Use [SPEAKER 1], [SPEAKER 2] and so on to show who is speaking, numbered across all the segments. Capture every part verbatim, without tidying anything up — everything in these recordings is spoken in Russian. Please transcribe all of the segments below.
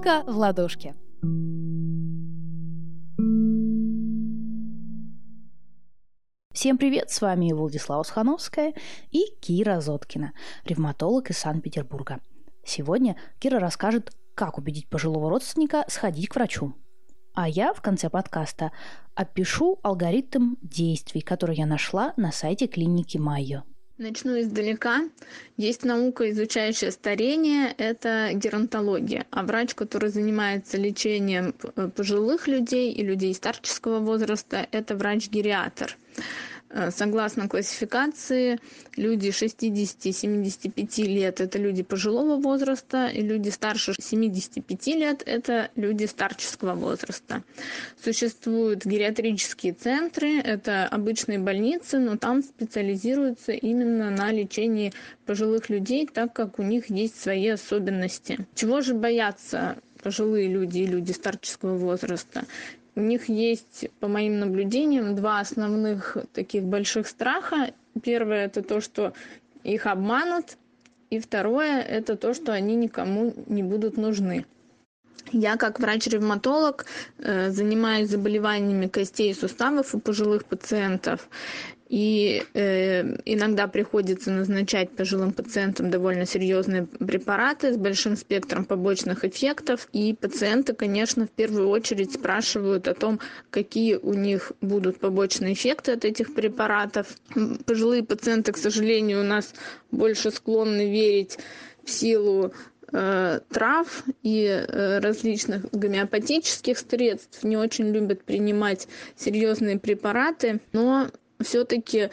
[SPEAKER 1] Наука в ладошке. Всем привет, с вами Владислава Схановская и Кира Зоткина, ревматолог из Санкт-Петербурга. Сегодня Кира расскажет, как убедить пожилого родственника сходить к врачу. А я в конце подкаста опишу алгоритм действий, который я нашла на сайте клиники Майо.
[SPEAKER 2] Начну издалека. Есть наука, изучающая старение, это геронтология. А врач, который занимается лечением пожилых людей и людей старческого возраста, это врач-гериатр. Согласно классификации, люди шестьдесят-семьдесят пять лет – это люди пожилого возраста, и люди старше семидесяти пяти лет – это люди старческого возраста. Существуют гериатрические центры, это обычные больницы, но там специализируются именно на лечении пожилых людей, так как у них есть свои особенности. Чего же боятся пожилые люди и люди старческого возраста? У них есть, по моим наблюдениям, два основных таких больших страха. Первое – это то, что их обманут, и второе – это то, что они никому не будут нужны. Я, как врач-ревматолог, занимаюсь заболеваниями костей и суставов у пожилых пациентов. И э, иногда приходится назначать пожилым пациентам довольно серьезные препараты с большим спектром побочных эффектов. И пациенты, конечно, в первую очередь спрашивают о том, какие у них будут побочные эффекты от этих препаратов. Пожилые пациенты, к сожалению, у нас больше склонны верить в силу э, трав и э, различных гомеопатических средств, не очень любят принимать серьезные препараты, но все-таки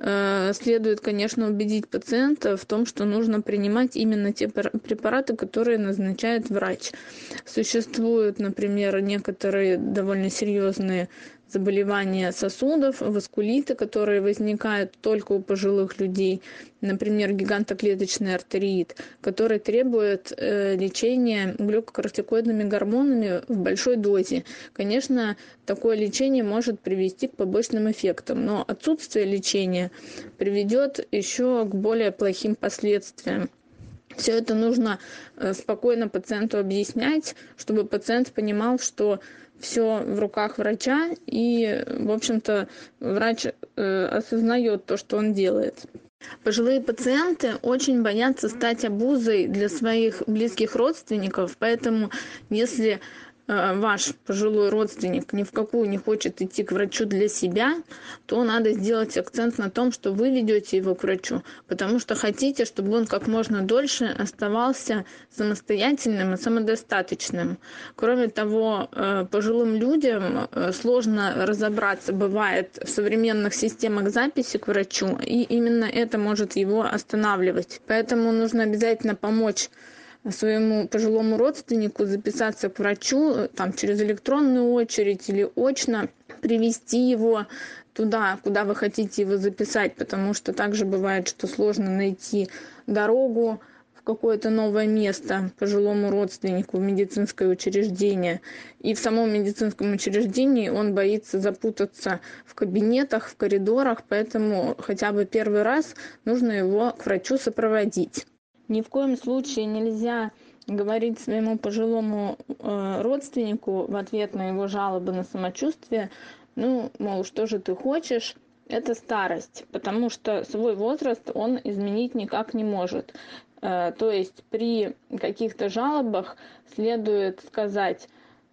[SPEAKER 2] э, следует, конечно, убедить пациента в том, что нужно принимать именно те препараты, которые назначает врач. Существуют, например, некоторые довольно серьезные заболевания сосудов, васкулиты, которые возникают только у пожилых людей, например, гигантоклеточный артериит, который требует э, лечения глюкокортикоидными гормонами в большой дозе. Конечно, такое лечение может привести к побочным эффектам, но отсутствие лечения приведет еще к более плохим последствиям. Все это нужно э, спокойно пациенту объяснять, чтобы пациент понимал, что все в руках врача, и, в общем-то, врач э, осознает то, что он делает. Пожилые пациенты очень боятся стать обузой для своих близких родственников, поэтому если э, ваш пожилой родственник ни в какую не хочет идти к врачу для себя, то надо сделать акцент на том, что вы ведете его к врачу, потому что хотите, чтобы он как можно дольше оставался самостоятельным и самодостаточным. Кроме того, э, пожилым людям э, сложно разобраться, бывает, в современных системах записи к врачу, и именно это может его останавливать. Поэтому нужно обязательно помочь своему пожилому родственнику записаться к врачу там, через электронную очередь или очно, привести его туда, куда вы хотите его записать, потому что также бывает, что сложно найти дорогу в какое-то новое место пожилому родственнику в медицинское учреждение. И в самом медицинском учреждении он боится запутаться в кабинетах, в коридорах, поэтому хотя бы первый раз нужно его к врачу сопроводить. Ни в коем случае нельзя говорить своему пожилому э, родственнику в ответ на его жалобы на самочувствие, ну, мол, что же ты хочешь, это старость, потому что свой возраст он изменить никак не может. Э, то есть при каких-то жалобах следует сказать,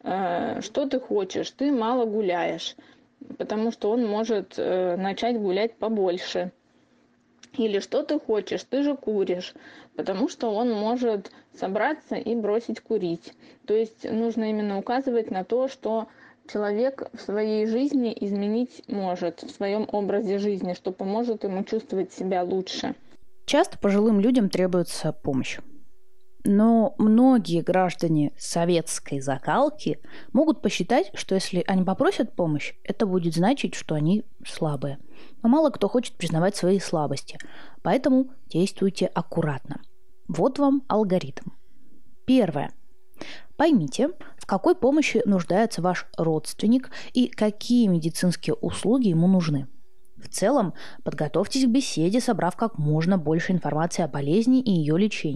[SPEAKER 2] э, что ты хочешь, ты мало гуляешь, потому что он может э, начать гулять побольше. Или что ты хочешь, ты же куришь, потому что он может собраться и бросить курить. То есть нужно именно указывать на то, что человек в своей жизни изменить может, в своем образе жизни, что поможет ему чувствовать себя лучше.
[SPEAKER 1] Часто пожилым людям требуется помощь. Но многие граждане советской закалки могут посчитать, что если они попросят помощь, это будет значить, что они слабые. Но мало кто хочет признавать свои слабости, поэтому действуйте аккуратно. Вот вам алгоритм. Первое. Поймите, в какой помощи нуждается ваш родственник и какие медицинские услуги ему нужны. В целом, подготовьтесь к беседе, собрав как можно больше информации о болезни и ее лечении.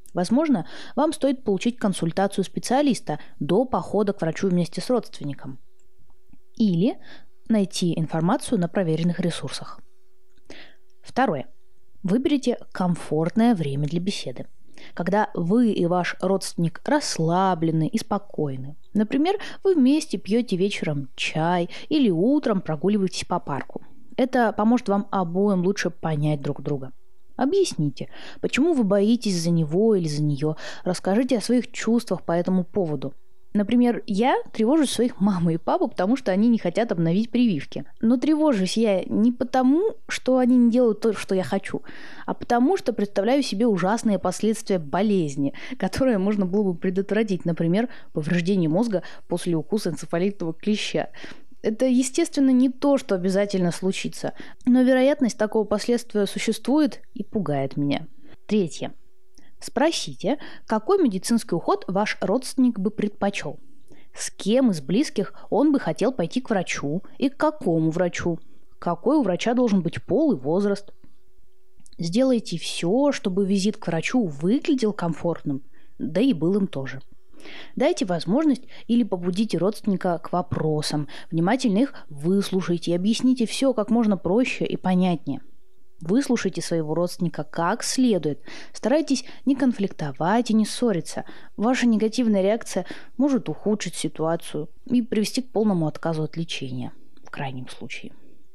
[SPEAKER 1] Возможно, вам стоит получить консультацию специалиста до похода к врачу вместе с родственником. Или найти информацию на проверенных ресурсах. Второе. Выберите комфортное время для беседы, когда вы и ваш родственник расслаблены и спокойны. Например, вы вместе пьете вечером чай или утром прогуливаетесь по парку. Это поможет вам обоим лучше понять друг друга. Объясните, почему вы боитесь за него или за нее. Расскажите о своих чувствах по этому поводу. Например, я тревожусь своих маму и папу, потому что они не хотят обновить прививки. Но тревожусь я не потому, что они не делают то, что я хочу, а потому, что представляю себе ужасные последствия болезни, которые можно было бы предотвратить, например, повреждение мозга после укуса энцефалитного клеща. Это, естественно, не то, что обязательно случится, но вероятность такого последствия существует и пугает меня. Третье. Спросите, какой медицинский уход ваш родственник бы предпочел. С кем из близких он бы хотел пойти к врачу и к какому врачу. Какой у врача должен быть пол и возраст. Сделайте все, чтобы визит к врачу выглядел комфортным, да и был им тоже. Дайте возможность или побудите родственника к вопросам, внимательно их выслушайте и объясните все как можно проще и понятнее. Выслушайте своего родственника как следует. Старайтесь не конфликтовать и не ссориться. Ваша негативная реакция может ухудшить ситуацию и привести к полному отказу от лечения, в крайнем случае.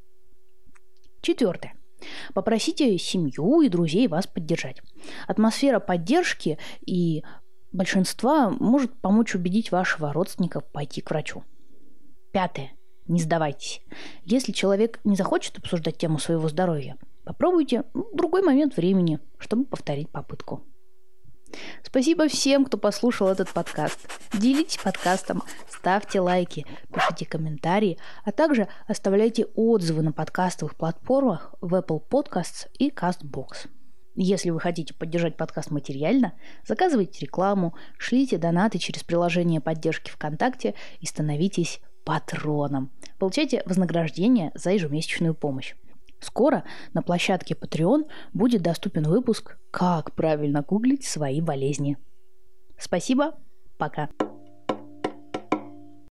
[SPEAKER 1] Четвертое. Попросите семью и друзей вас поддержать. Атмосфера поддержки и большинства может помочь убедить вашего родственника пойти к врачу. Пятое. Не сдавайтесь. Если человек не захочет обсуждать тему своего здоровья, попробуйте в другой момент времени, чтобы повторить попытку. Спасибо всем, кто послушал этот подкаст. Делитесь подкастом, ставьте лайки, пишите комментарии, а также оставляйте отзывы на подкастовых платформах в Apple Podcasts и CastBox. Если вы хотите поддержать подкаст материально, заказывайте рекламу, шлите донаты через приложение поддержки ВКонтакте и становитесь патроном. Получайте вознаграждение за ежемесячную помощь. Скоро на площадке Patreon будет доступен выпуск «Как правильно гуглить свои болезни». Спасибо, пока.